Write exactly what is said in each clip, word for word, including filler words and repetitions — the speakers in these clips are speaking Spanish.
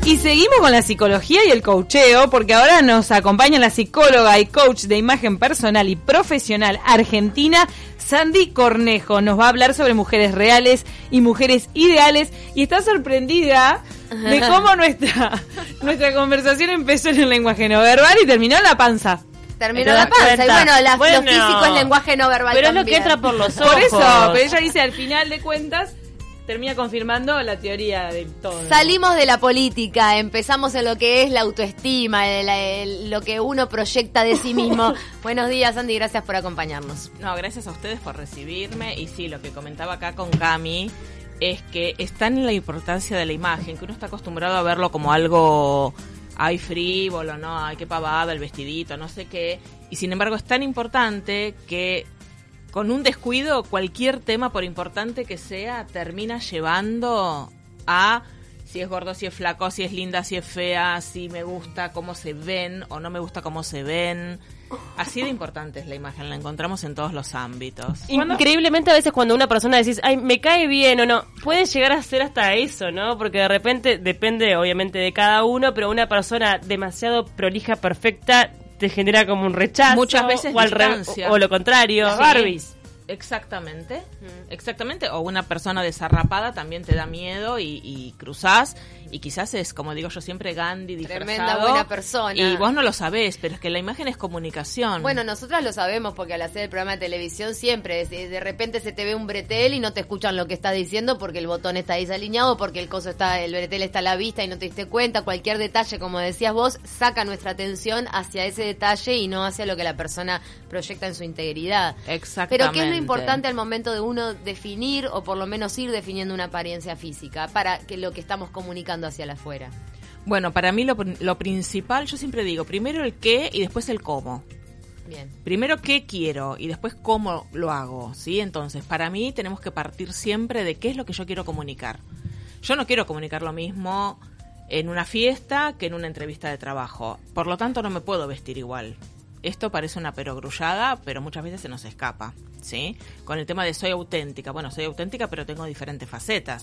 Y seguimos con la psicología y el coacheo, porque ahora nos acompaña la psicóloga y coach de imagen personal y profesional argentina, Sandy Cornejo. Nos va a hablar sobre mujeres reales y mujeres ideales, y está sorprendida de cómo nuestra, nuestra conversación empezó en el lenguaje no verbal y terminó en la panza. Terminó la panza, cuenta? Y bueno, la, bueno, lo físico es lenguaje no verbal pero también. Es lo que entra por los ojos. Por eso, pero ella dice, al final de cuentas, termina confirmando la teoría de todo. Salimos de la política, empezamos en lo que es la autoestima, el, el, lo que uno proyecta de sí mismo. Buenos días, Andy, gracias por acompañarnos. No, gracias a ustedes por recibirme. Y sí, lo que comentaba acá con Cami es que está en la importancia de la imagen, que uno está acostumbrado a verlo como algo... ay, frívolo, no, ay, qué pavada, el vestidito, no sé qué. Y sin embargo es tan importante que con un descuido cualquier tema, por importante que sea, termina llevando a si es gordo, si es flaco, si es linda, si es fea, si me gusta cómo se ven o no me gusta cómo se ven. Así de importante es la imagen, la encontramos en todos los ámbitos. Increíblemente a veces cuando una persona decís, ay, me cae bien o no, puede llegar a ser hasta eso, ¿no? Porque de repente, depende obviamente de cada uno, pero una persona demasiado prolija, perfecta, te genera como un rechazo. Muchas veces o, al re- o, o lo contrario. Sí. Barbies. Exactamente, mm. exactamente. O una persona desarrapada también te da miedo y, y cruzás. Y quizás es, como digo yo siempre, Gandhi disfrazado. Tremenda buena persona. Y vos no lo sabés, pero es que la imagen es comunicación. Bueno, nosotras lo sabemos porque al hacer el programa de televisión siempre es, de repente se te ve un bretel y no te escuchan lo que estás diciendo porque el botón está desalineado, porque el coso está, el bretel está a la vista y no te diste cuenta. Cualquier detalle, como decías vos, saca nuestra atención hacia ese detalle y no hacia lo que la persona proyecta en su integridad. Exactamente. Pero ¿qué es lo importante al momento de uno definir o por lo menos ir definiendo una apariencia física para que lo que estamos comunicando hacia la afuera? Bueno, para mí lo, lo principal, yo siempre digo, primero el qué y después el cómo. Bien. Primero qué quiero y después cómo lo hago, ¿sí? Entonces, para mí tenemos que partir siempre de qué es lo que yo quiero comunicar. Yo no quiero comunicar lo mismo en una fiesta que en una entrevista de trabajo. Por lo tanto, no me puedo vestir igual. Esto parece una perogrullada, pero muchas veces se nos escapa, ¿sí? Con el tema de soy auténtica. Bueno, soy auténtica, pero tengo diferentes facetas.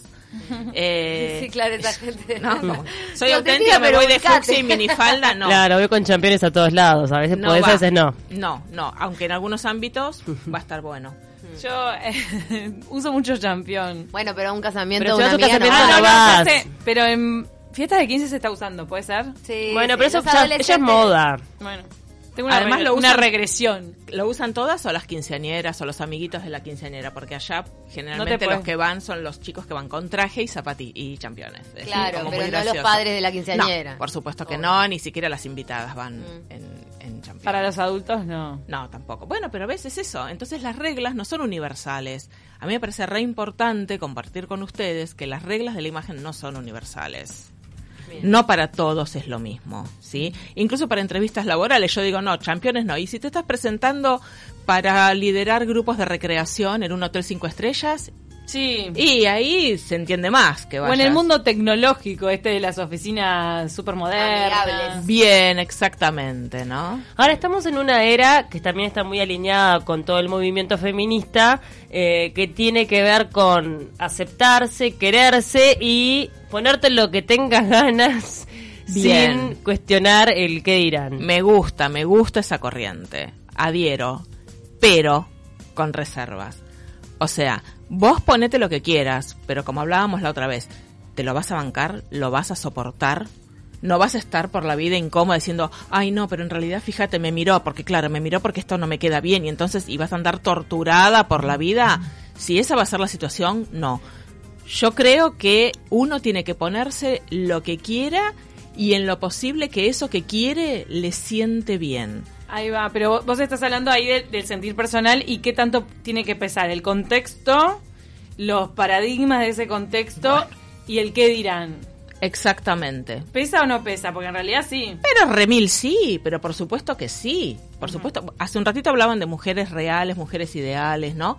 Eh, sí, claro, esa gente... No, no. Soy no auténtica, me voy de fucsia y minifalda, no. Claro, voy con championes a todos lados. A veces no podés, a veces no. No, no. Aunque en algunos ámbitos va a estar bueno. Yo eh, uso mucho champión. Bueno, pero a un casamiento pero de una amiga casamiento no, no, no vas. Sé, pero en fiestas de quince se está usando, ¿puede ser? Sí. Bueno, sí, pero eso ya, ella es moda. Bueno. Tengo una, Además, re- lo una usan, regresión. ¿Lo usan todas o las quinceañeras o los amiguitos de la quinceañera? Porque allá generalmente no los que van son los chicos que van con traje y zapatí y championes. Es claro, como pero muy no gracioso. los padres de la quinceañera. No, por supuesto que Obvio. no, ni siquiera las invitadas van mm. en, en championes. Para los adultos no. No, tampoco. Bueno, pero a veces eso. Entonces las reglas no son universales. A mí me parece re importante compartir con ustedes que las reglas de la imagen no son universales. Bien. No para todos es lo mismo, ¿sí? Incluso para entrevistas laborales yo digo, no, championes no. Y si te estás presentando para liderar grupos de recreación en un hotel cinco estrellas... Sí. Y ahí se entiende más que vayas. O en el mundo tecnológico, este de las oficinas supermodernas. Bien, exactamente, ¿no? Ahora estamos en una era que también está muy alineada con todo el movimiento feminista, eh, que tiene que ver con aceptarse, quererse y ponerte lo que tengas ganas. Bien. Sin cuestionar el qué dirán. Me gusta, me gusta esa corriente. Adhiero, pero con reservas. O sea, vos ponete lo que quieras, pero como hablábamos la otra vez, ¿te lo vas a bancar? ¿Lo vas a soportar? No vas a estar por la vida incómoda diciendo, ay no, pero en realidad fíjate, me miró, porque claro, me miró porque esto no me queda bien y entonces y vas a andar torturada por la vida. Si esa va a ser la situación, no. Yo creo que uno tiene que ponerse lo que quiera y en lo posible que eso que quiere le siente bien. Ahí va, pero vos estás hablando ahí del, del sentir personal y qué tanto tiene que pesar el contexto, los paradigmas de ese contexto bueno. y el qué dirán. Exactamente. ¿Pesa o no pesa? Porque en realidad sí. Pero remil sí, pero por supuesto que sí. Por uh-huh. supuesto. Hace un ratito hablaban de mujeres reales, mujeres ideales, ¿no?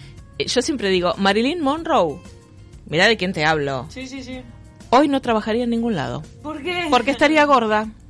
Yo siempre digo, Marilyn Monroe, mirá de quién te hablo. Sí, sí, sí. Hoy no trabajaría en ningún lado. ¿Por qué? Porque estaría gorda.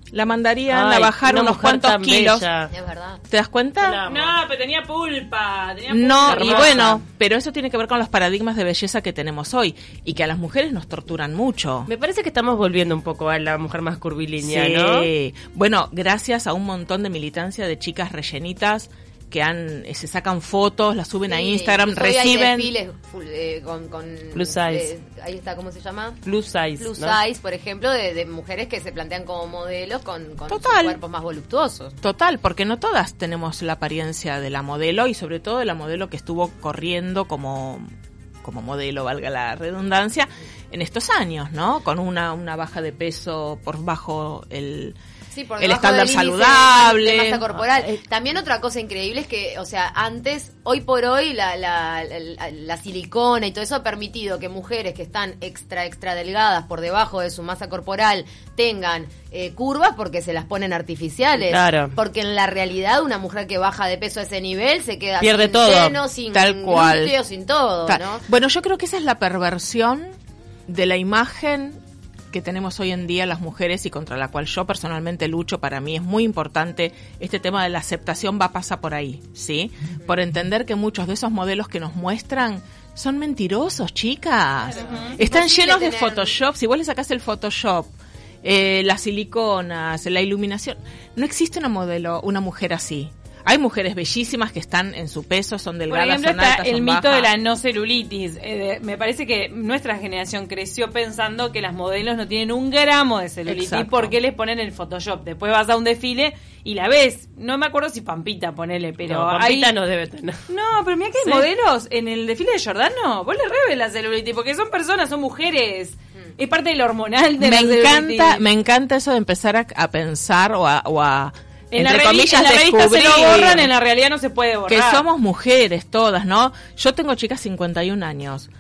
La mandarían Ay, a bajar una unos mujer cuantos tan kilos. bella. Es verdad. ¿Te das cuenta? La amo. No, pero tenía pulpa. Tenía pulpa. No, y hermosa. bueno, pero eso tiene que ver con los paradigmas de belleza que tenemos hoy y que a las mujeres nos torturan mucho. Me parece que estamos volviendo un poco a la mujer más curvilínea, Sí. ¿no? Bueno, gracias a un montón de militancia de chicas rellenitas que han eh, se sacan fotos, las suben a Sí, Instagram, incluso hoy reciben... Hay desfiles full, eh, con, con Plus size. eh, ahí está, ¿cómo se llama? Plus size. Plus ¿no? size, por ejemplo, de, de mujeres que se plantean como modelos con, con sus Total. cuerpos más voluptuosos. Total, porque no todas tenemos la apariencia de la modelo y sobre todo de la modelo que estuvo corriendo como, como modelo, valga la redundancia, en estos años, ¿no? Con una, una baja de peso por bajo el... Sí, por el debajo estándar del índice de saludable. de masa corporal. También otra cosa increíble es que, o sea, antes, hoy por hoy, la, la, la, la silicona y todo eso ha permitido que mujeres que están extra, extra delgadas por debajo de su masa corporal tengan eh, curvas porque se las ponen artificiales. Claro. Porque en la realidad una mujer que baja de peso a ese nivel se queda Pierde sin todo. seno, sin Tal cual. glúteo, sin todo, Tal. ¿no? Bueno, yo creo que esa es la perversión de la imagen que tenemos hoy en día las mujeres y contra la cual yo personalmente lucho. Para mí es muy importante este tema de la aceptación, va a pasar por ahí, ¿sí? Por entender que muchos de esos modelos que nos muestran son mentirosos, chicas. Están Imposible llenos de tener- Photoshop. Si vos le sacás el Photoshop, eh, las siliconas, la iluminación, no existe una modelo, una mujer así. Hay mujeres bellísimas que están en su peso, son Por delgadas, ejemplo, son está altas, el son mito bajas. de la no celulitis. Eh, de- me parece que nuestra generación creció pensando que las modelos no tienen un gramo de celulitis Exacto. porque les ponen el Photoshop. Después vas a un desfile y la ves. No me acuerdo si Pampita, ponele, pero No, Pampita hay... no debe tener. No, pero mira que hay Sí. modelos en el desfile de Giordano. Vos le reves la celulitis porque son personas, son mujeres. Es parte del hormonal de me la celulitis. encanta, me encanta eso de empezar a, a pensar o a, o a En la, entre revi- comillas en la revista se descubrir lo borran, en la realidad no se puede borrar. que somos mujeres todas, ¿no? Yo tengo chicas cincuenta y un años.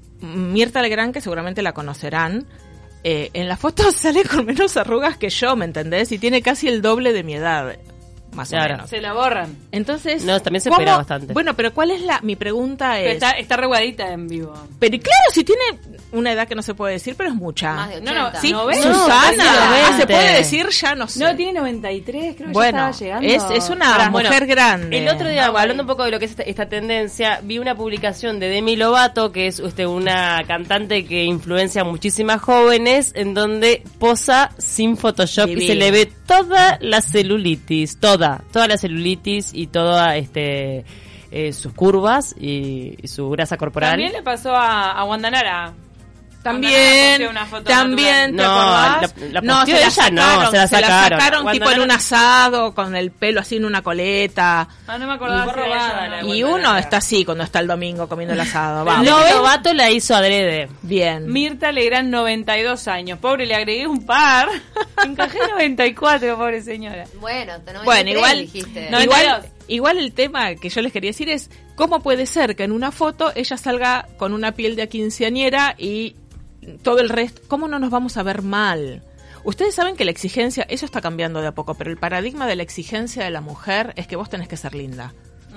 Mirta Legrand, que seguramente la conocerán, eh, en la foto sale con menos arrugas que yo, ¿me entendés? Y tiene casi el doble de mi edad, más Claro. o menos. Se la borran. Entonces, No, también se ¿cómo- espera bastante. Bueno, pero ¿cuál es la mi pregunta Pero es? está, está reguadita en vivo. Pero claro, si tiene una edad que no se puede decir, pero es mucha. Más de No, no, ochenta. Sí, noventa. No, Susana, casi se puede noventa. decir ya, no sé. No, tiene noventa y tres, creo que Bueno, ya estaba llegando. es, es una Pará, mujer bueno, grande. El otro día, Ah, bueno. hablando un poco de lo que es esta, esta tendencia, vi una publicación de Demi Lovato, que es este, una cantante que influencia a muchísimas jóvenes, en donde posa sin Photoshop y Divina. se le ve toda la celulitis, toda, toda la celulitis y toda este eh, sus curvas y, y su grasa corporal. También le pasó a, a Wanda Nara. También, Wanda Nara posteó una foto también, ¿te natural. No, acordás? la- la no, posteó se la ella, no, sacaron, se la sacaron. tipo Wanda en un Nara- asado, con el pelo así en una coleta. Ah, no me acordaba. Y fue si era robada ella, la no. Y Wanda uno Nara. está así cuando está el domingo comiendo el asado. No, Vamos. Demi Lovato la hizo adrede. Bien. Mirta Legrand, noventa y dos años. Pobre, le agregué un par. Encajé noventa y cuatro, pobre señora. Bueno, hasta noventa y Bueno, tres igual, dijiste. No, igual, noventa y dos. igual el tema que yo les quería decir es cómo puede ser que en una foto ella salga con una piel de quinceañera y todo el resto, ¿cómo no nos vamos a ver mal? Ustedes saben que la exigencia, eso está cambiando de a poco, pero el paradigma de la exigencia de la mujer es que vos tenés que ser linda.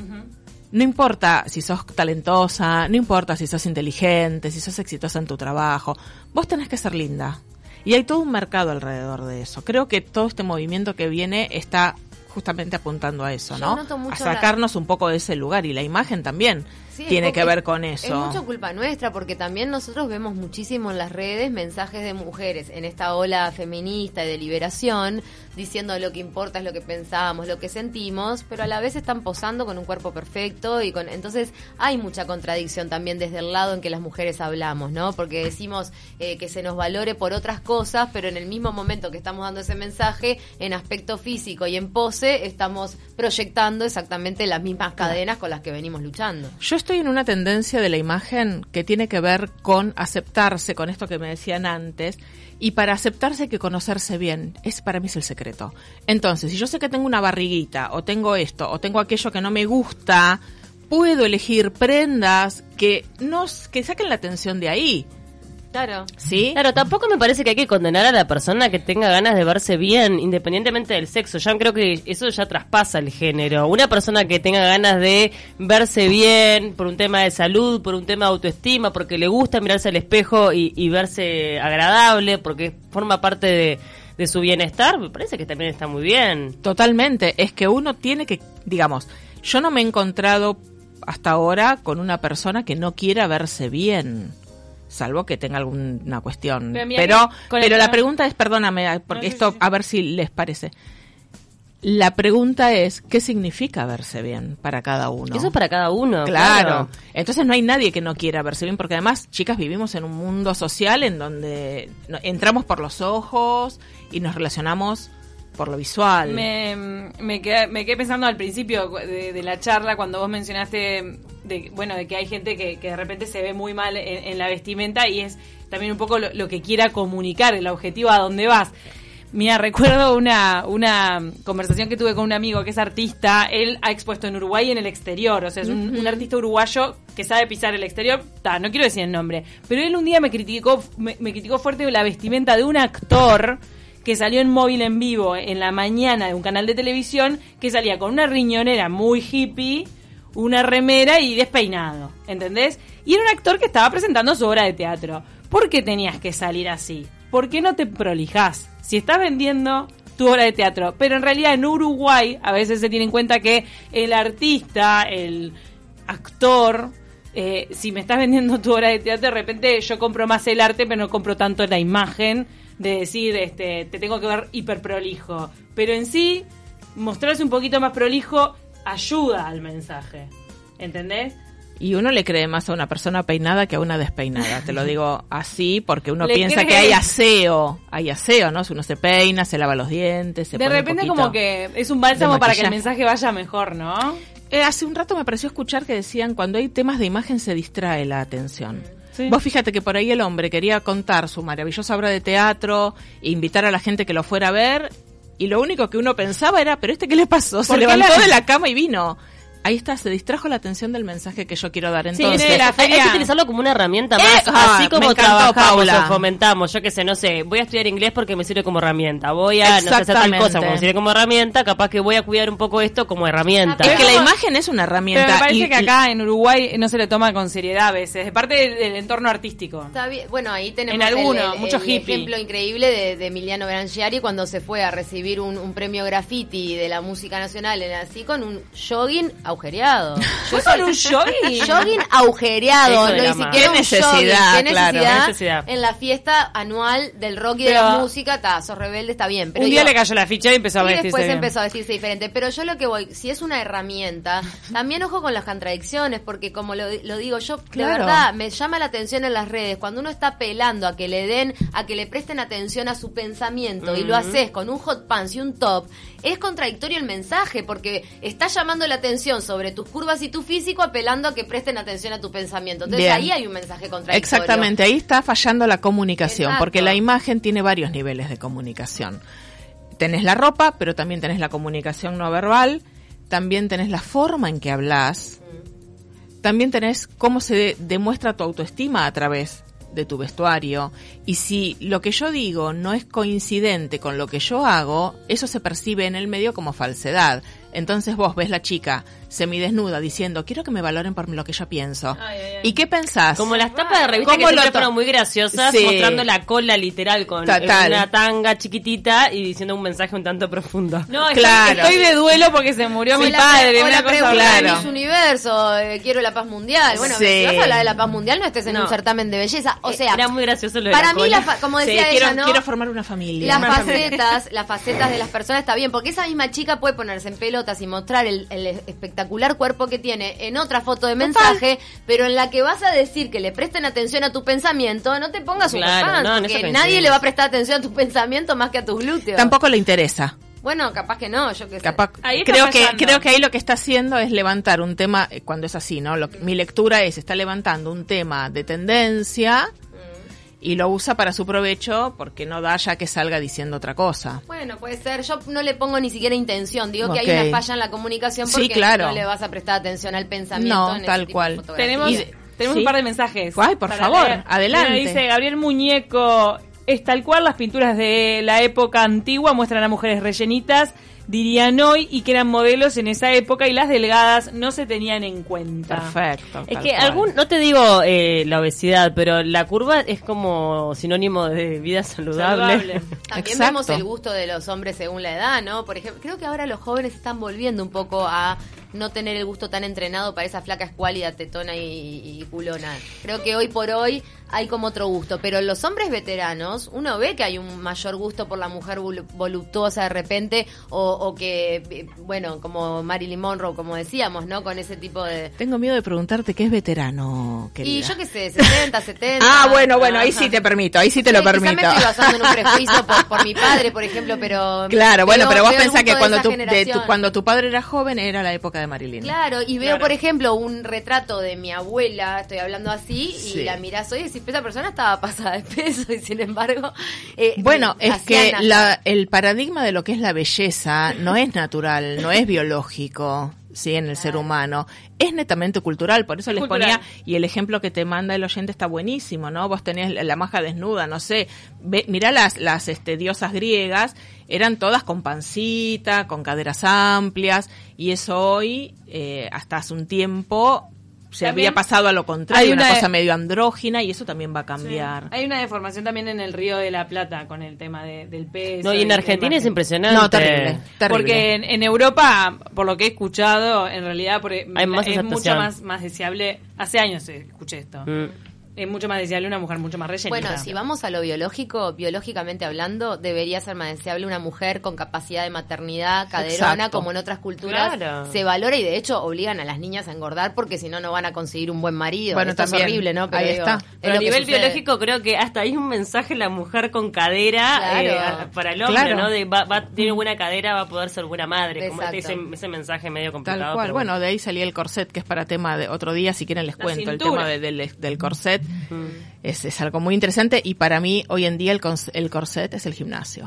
No importa si sos talentosa, no importa si sos inteligente, si sos exitosa en tu trabajo, vos tenés que ser linda. Y hay todo un mercado alrededor de eso. Creo que todo este movimiento que viene está justamente apuntando a eso, Yo ¿no? noto mucho A sacarnos un poco de ese lugar y la imagen también Sí, tiene porque que ver con eso. Es mucho culpa nuestra porque también nosotros vemos muchísimo en las redes mensajes de mujeres en esta ola feminista y de liberación diciendo lo que importa es lo que pensamos, lo que sentimos, pero a la vez están posando con un cuerpo perfecto y con entonces hay mucha contradicción también desde el lado en que las mujeres hablamos, ¿no? Porque decimos eh, que se nos valore por otras cosas, pero en el mismo momento que estamos dando ese mensaje en aspecto físico y en pose estamos proyectando exactamente las mismas cadenas con las que venimos luchando. Yo estoy en una tendencia de la imagen que tiene que ver con aceptarse, con esto que me decían antes, y para aceptarse hay que conocerse bien. Ese para mí es el secreto. Entonces, si yo sé que tengo una barriguita, o tengo esto, o tengo aquello que no me gusta, puedo elegir prendas que nos, que saquen la atención de ahí. Claro. ¿Sí? Claro, tampoco me parece que hay que condenar a la persona que tenga ganas de verse bien, independientemente del sexo. Yo creo que eso ya traspasa el género. Una persona que tenga ganas de verse bien por un tema de salud, por un tema de autoestima, porque le gusta mirarse al espejo y, y verse agradable, porque forma parte de, de su bienestar, me parece que también está muy bien. Totalmente, es que uno tiene que, digamos, yo no me he encontrado hasta ahora con una persona que no quiera verse bien, salvo que tenga alguna cuestión. Pero, pero, pero la pregunta es, perdóname, porque no, sí, esto, sí. a ver si les parece. La pregunta es, ¿qué significa verse bien para cada uno? Eso es para cada uno. Claro. claro. Entonces no hay nadie que no quiera verse bien, porque además, chicas, vivimos en un mundo social en donde entramos por los ojos y nos relacionamos por lo visual. Me, me, quedé, me quedé pensando al principio de, de la charla cuando vos mencionaste de, bueno, de que hay gente que, que de repente se ve muy mal en, en la vestimenta y es también un poco lo, lo que quiera comunicar, el objetivo a dónde vas. Mira, recuerdo una una conversación que tuve con un amigo que es artista. Él ha expuesto en Uruguay y en el exterior. O sea, es un, uh-huh. un artista uruguayo que sabe pisar el exterior. Ta, no quiero decir el nombre. Pero él un día me criticó me, me criticó fuerte la vestimenta de un actor que salió en Móvil en Vivo en la mañana de un canal de televisión, que salía con una riñonera muy hippie, una remera y despeinado. ¿Entendés? Y era un actor que estaba presentando su obra de teatro. ¿Por qué tenías que salir así? ¿Por qué no te prolijás? Si estás vendiendo tu obra de teatro, pero en realidad en Uruguay a veces se tiene en cuenta que el artista, el actor, eh, si me estás vendiendo tu obra de teatro, de repente yo compro más el arte, pero no compro tanto la imagen de decir, este, te tengo que ver hiper prolijo. Pero en sí, mostrarse un poquito más prolijo ayuda al mensaje, ¿entendés? Y uno le cree más a una persona peinada que a una despeinada. Te lo digo así porque uno ¿Le piensa crees? que hay aseo. Hay aseo, ¿no? Si uno se peina, se lava los dientes, se de pone repente un poquito como que es un bálsamo para que el mensaje vaya mejor, ¿no? Eh, hace un rato me pareció escuchar que decían cuando hay temas de imagen se distrae la atención. Sí. Vos fíjate que por ahí el hombre quería contar su maravillosa obra de teatro, e invitar a la gente que lo fuera a ver, y lo único que uno pensaba era, ¿pero este qué le pasó? Se levantó la... de la cama y vino. Ahí está, se distrajo la atención del mensaje que yo quiero dar. Entonces, sí, la feria... hay que utilizarlo como una herramienta más, eh, así como encantó, trabajamos Paula. O fomentamos, yo qué sé, no sé, voy a estudiar inglés porque me sirve como herramienta, voy a no sé, hacer tal cosa porque me sirve como herramienta, capaz que voy a cuidar un poco esto como herramienta. Es que la imagen es una herramienta. Pero me parece y, que acá en Uruguay no se le toma con seriedad a veces, de parte del, del entorno artístico. Está bien. Bueno, ahí tenemos en alguno, el, mucho el hippie. ejemplo increíble de, de Emiliano Branchiari cuando se fue a recibir un, un premio graffiti de la música nacional en así con un jogging agujereado. Yo soy un jogging. Jogging agujereado, no ni siquiera un necesidad, jogging. ¿Qué necesidad? Claro, necesidad? En la fiesta anual del rock y pero, de la música, ta, sos rebelde, está bien. Pero un día digo, le cayó la ficha y empezó a vestirse y después bien. empezó a vestirse diferente. Pero yo lo que voy, si es una herramienta, también ojo con las contradicciones, porque como lo, lo digo yo, claro. de verdad, me llama la atención en las redes, cuando uno está apelando a que le den, a que le presten atención a su pensamiento, uh-huh. y lo haces con un hot pants y un top, es contradictorio el mensaje, porque está llamando la atención sobre tus curvas y tu físico, apelando a que presten atención a tu pensamiento. Entonces Bien. Ahí hay un mensaje contradictorio. Exactamente, ahí está fallando la comunicación, Exacto. porque la imagen tiene varios niveles de comunicación. Tenés la ropa, pero también tenés la comunicación no verbal, también tenés la forma en que hablas, mm. también tenés cómo se de- demuestra tu autoestima a través de tu vestuario, y si lo que yo digo no es coincidente con lo que yo hago, eso se percibe en el medio como falsedad. Entonces vos ves la chica semidesnuda diciendo, quiero que me valoren por lo que yo pienso. Ay, ay, ay. ¿Y qué pensás? Como las tapas de revista que siempre to- fueron muy graciosas, sí. mostrando la cola literal con Total. Una tanga chiquitita y diciendo un mensaje un tanto profundo. No, claro. Estoy de duelo porque se murió sí, mi padre. O una la cosa pregunta claro. de Miss Universo, eh, quiero la paz mundial. Bueno, sí. si vas a hablar de la paz mundial, no estés en no. un certamen de belleza. O sea, era muy gracioso lo de para la mí, cola. La fa- como decía sí, ella, quiero, ¿no? quiero formar una familia. Las una facetas, familia. las facetas de las personas está bien, porque esa misma chica puede ponerse en pelotas y mostrar el, el espectacular cuerpo que tiene en otra foto de mensaje, Total. Pero en la que vas a decir que le presten atención a tu pensamiento, no te pongas un claro, fan, no, porque nadie le va a prestar atención a tu pensamiento más que a tus glúteos. Tampoco le interesa. Bueno, capaz que no, yo qué sé. Capaz, creo que creo que ahí lo que está haciendo es levantar un tema, cuando es así, ¿no? Lo que, mi lectura es, está levantando un tema de tendencia y lo usa para su provecho porque no da ya que salga diciendo otra cosa. Bueno, puede ser. Yo no le pongo ni siquiera intención. Digo okay. que hay una falla en la comunicación porque sí, claro. no le vas a prestar atención al pensamiento. No, en tal ese tipo cual. de tenemos y, tenemos ¿sí? un par de mensajes. Ay, por favor, leer. adelante. Mira, dice Gabriel Muñeco, es tal cual, las pinturas de la época antigua muestran a mujeres rellenitas dirían hoy, y que eran modelos en esa época y las delgadas no se tenían en cuenta. Perfecto. Es tal que cual. algún, no te digo eh, la obesidad, pero la curva es como sinónimo de vida saludable. Saludable. También Exacto. vemos el gusto de los hombres según la edad, ¿no? Por ejemplo, creo que ahora los jóvenes están volviendo un poco a no tener el gusto tan entrenado para esa flaca escuálida, tetona y, y culona. Creo que hoy por hoy hay como otro gusto, pero los hombres veteranos, uno ve que hay un mayor gusto por la mujer volu- voluptuosa de repente, o, o que, eh, bueno, como Marilyn Monroe, como decíamos, ¿no? Con ese tipo de... Tengo miedo de preguntarte qué es veterano, querida. Y yo qué sé, sesenta, setenta. Ah, bueno, bueno, ahí Ajá. sí te permito, ahí sí te lo Sí, quizá permito. me estoy basando en un prejuicio por, por mi padre, por ejemplo, pero... Claro, bueno, veo- pero vos veo el pensás que gusto de cuando esa tu, de generación. tu, cuando tu padre era joven era la época de Marilyn. Claro, y veo, Claro. por ejemplo, un retrato de mi abuela, estoy hablando así, Sí. y la mirás hoy y decís, esa persona estaba pasada de peso, y sin embargo... eh, Bueno, me es que hacían la, el paradigma de lo que es la belleza no es natural, no es biológico, sí, en el ser humano, es netamente cultural, por eso les Cultural. ponía, y el ejemplo que te manda el oyente está buenísimo, ¿no? Vos tenés la, la maja desnuda, no sé, ve, mirá las, las este, diosas griegas, eran todas con pancita, con caderas amplias, y eso hoy, eh, hasta hace un tiempo... Se También había pasado a lo contrario, hay una, una- cosa medio andrógina, y eso también va a cambiar. Hay una deformación también en el Río de la Plata con el tema de, del peso. No, y en la Argentina es imagen. impresionante. No, terrible, terrible. Porque en, en Europa, por lo que he escuchado, en realidad por- Hay más es mucho aceptación. más, más deseable. Hace años escuché esto. Mm. Es mucho más deseable una mujer mucho más rellenita. Bueno, si vamos a lo biológico, biológicamente hablando, debería ser más deseable una mujer con capacidad de maternidad, caderona, Exacto. como en otras culturas. Claro. Se valora y de hecho obligan a las niñas a engordar porque si no, no van a conseguir un buen marido. Bueno, Esto también, es horrible, ¿no? ahí digo, está. es Pero lo a que nivel sucede. biológico creo que hasta hay un mensaje la mujer con cadera Claro. eh, a- para el hombre, Claro. ¿no? De va, va- tiene buena cadera, va a poder ser buena madre. Como Exacto. este- ese, ese mensaje medio complicado. Tal cual. pero Bueno, de ahí salía el corset, que es para tema de otro día, si quieren les La cuento el cintura. tema de- del, del corset. Es, es algo muy interesante, y para mí hoy en día el, cons- el corset es el gimnasio.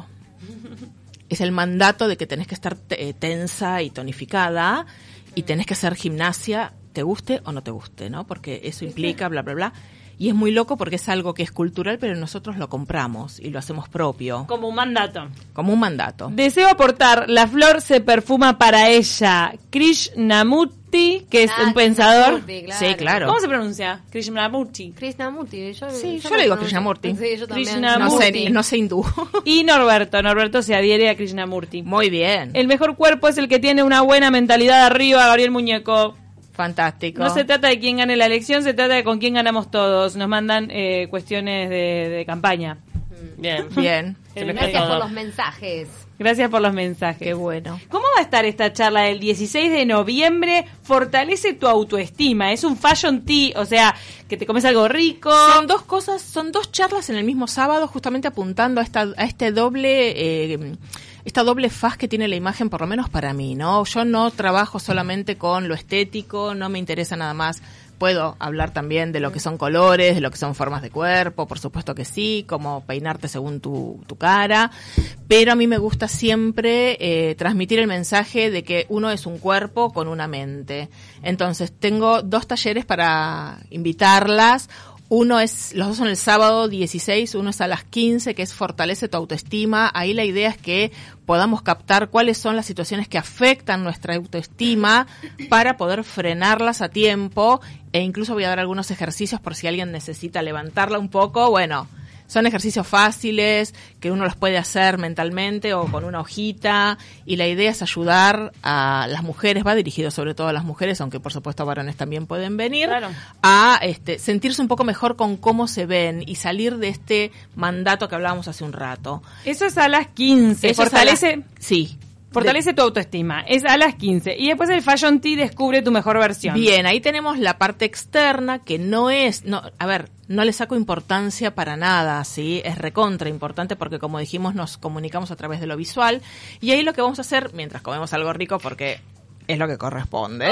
Es el mandato de que tenés que estar te- tensa y tonificada, y tenés que hacer gimnasia, te guste o no te guste, ¿no? Porque eso implica bla, bla, bla. Y es muy loco porque es algo que es cultural, pero nosotros lo compramos y lo hacemos propio, como un mandato. como un mandato. Deseo aportar, la flor se perfuma para ella. Krishnamurti, que es Ah, un pensador. Krishnamurti, claro. Sí, claro. ¿Cómo se pronuncia? Krishnamurti. Krishnamurti. Yo, Sí, yo me le digo pronuncio. Krishnamurti. Sí, yo también. Krishnamurti. No sé, Murti. no sé hindú. Y Norberto. Norberto se adhiere a Krishnamurti. Muy bien. El mejor cuerpo es el que tiene una buena mentalidad arriba, Gabriel Muñeco. Fantástico. No se trata de quién gane la elección, se trata de con quién ganamos todos. Nos mandan eh, cuestiones de, de campaña. Bien. Bien. Se me Gracias todo. por los mensajes. Gracias por los mensajes. Qué bueno. ¿Cómo va a estar esta charla del dieciséis de noviembre? Fortalece tu autoestima. Es un fashion tea, o sea, que te comes algo rico. Son dos cosas, son dos charlas en el mismo sábado, justamente apuntando a esta, a este doble, eh, esta doble faz que tiene la imagen, por lo menos para mí, ¿no? Yo no trabajo solamente con lo estético, no me interesa nada más. Puedo hablar también de lo que son colores, de lo que son formas de cuerpo, por supuesto que sí, como peinarte según tu, tu cara, pero a mí me gusta siempre eh, transmitir el mensaje de que uno es un cuerpo con una mente. Entonces, tengo dos talleres para invitarlas. Uno es, los dos son el sábado dieciséis, uno es a las quince, que es Fortalece tu autoestima. Ahí la idea es que podamos captar cuáles son las situaciones que afectan nuestra autoestima para poder frenarlas a tiempo, e incluso voy a dar algunos ejercicios por si alguien necesita levantarla un poco. Bueno, son ejercicios fáciles que uno los puede hacer mentalmente o con una hojita, y la idea es ayudar a las mujeres, va dirigido sobre todo a las mujeres, aunque por supuesto varones también pueden venir, Claro. a este, sentirse un poco mejor con cómo se ven y salir de este mandato que hablábamos hace un rato. Eso es a las quince. Eso es a Fortalece, la- sí. fortalece tu autoestima. Es a las quince. Y después el fashion tea descubre tu mejor versión. Bien, ahí tenemos la parte externa, que no es, no, a ver, no le saco importancia para nada, ¿sí? Es recontra importante porque, como dijimos, nos comunicamos a través de lo visual, y ahí lo que vamos a hacer, mientras comemos algo rico, porque es lo que corresponde.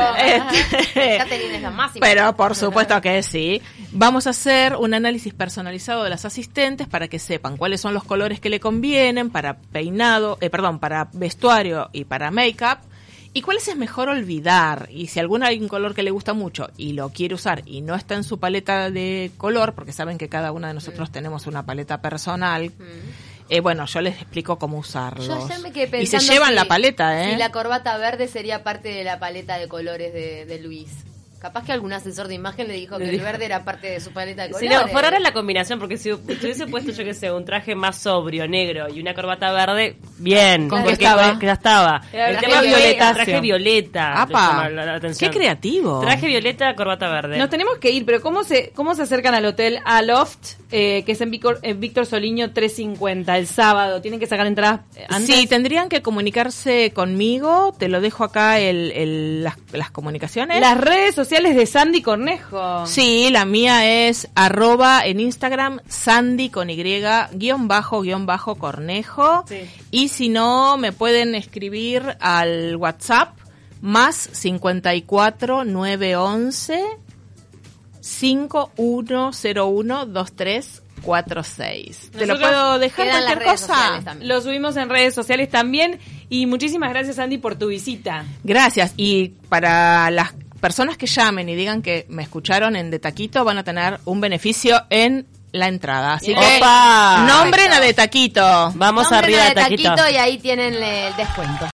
Este, Catherine es la máxima. pero por supuesto que sí. Vamos a hacer un análisis personalizado de las asistentes para que sepan cuáles son los colores que le convienen para peinado, eh, perdón, para vestuario y para make-up, y cuáles es mejor olvidar. Y si alguno hay un color que le gusta mucho y lo quiere usar y no está en su paleta de color, porque saben que cada una de nosotros tenemos una paleta personal, eh, bueno, yo les explico cómo usarlos. Yo ayer me quedé y se pensando llevan si- la paleta, ¿eh? Si la corbata verde sería parte de la paleta de colores de, de Luis. Capaz que algún asesor de imagen le dijo Le que dijo. el verde era parte de su paleta de Si colores. no, por ahora la combinación, porque si hubiese puesto, yo que sé, un traje más sobrio, negro y una corbata verde, bien, ¿Con porque qué estaba? que ya estaba. Era El traje tema violeta. violeta, traje violeta. Apa, te llama la- la atención. qué creativo. Traje violeta, corbata verde. Nos tenemos que ir, pero ¿cómo se cómo se acercan al hotel Aloft, eh, que es en Víctor, en Víctor Soliño trescientos cincuenta, el sábado? ¿Tienen que sacar entradas eh, antes? Sí, tendrían que comunicarse conmigo. Te lo dejo acá el, el- las, las comunicaciones. Las redes sociales de Sandy Cornejo. Sí, la mía es arroba en Instagram Sandy con Y guión bajo guión bajo Cornejo. Sí. Y si no, me pueden escribir al WhatsApp más cincuenta y cuatro nueve once cinco uno cero uno dos tres cuatro seis. ¿Te lo Nosotros puedo dejar quedan las cualquier redes cosa? sociales también. Lo subimos en redes sociales también. Y muchísimas gracias, Sandy, por tu visita. Gracias. Y para las personas que llamen y digan que me escucharon en De Taquito, van a tener un beneficio en la entrada. Así que ¡Opa! nombren a De Taquito. Vamos Nombren arriba a de taquito. taquito y ahí tienen el descuento.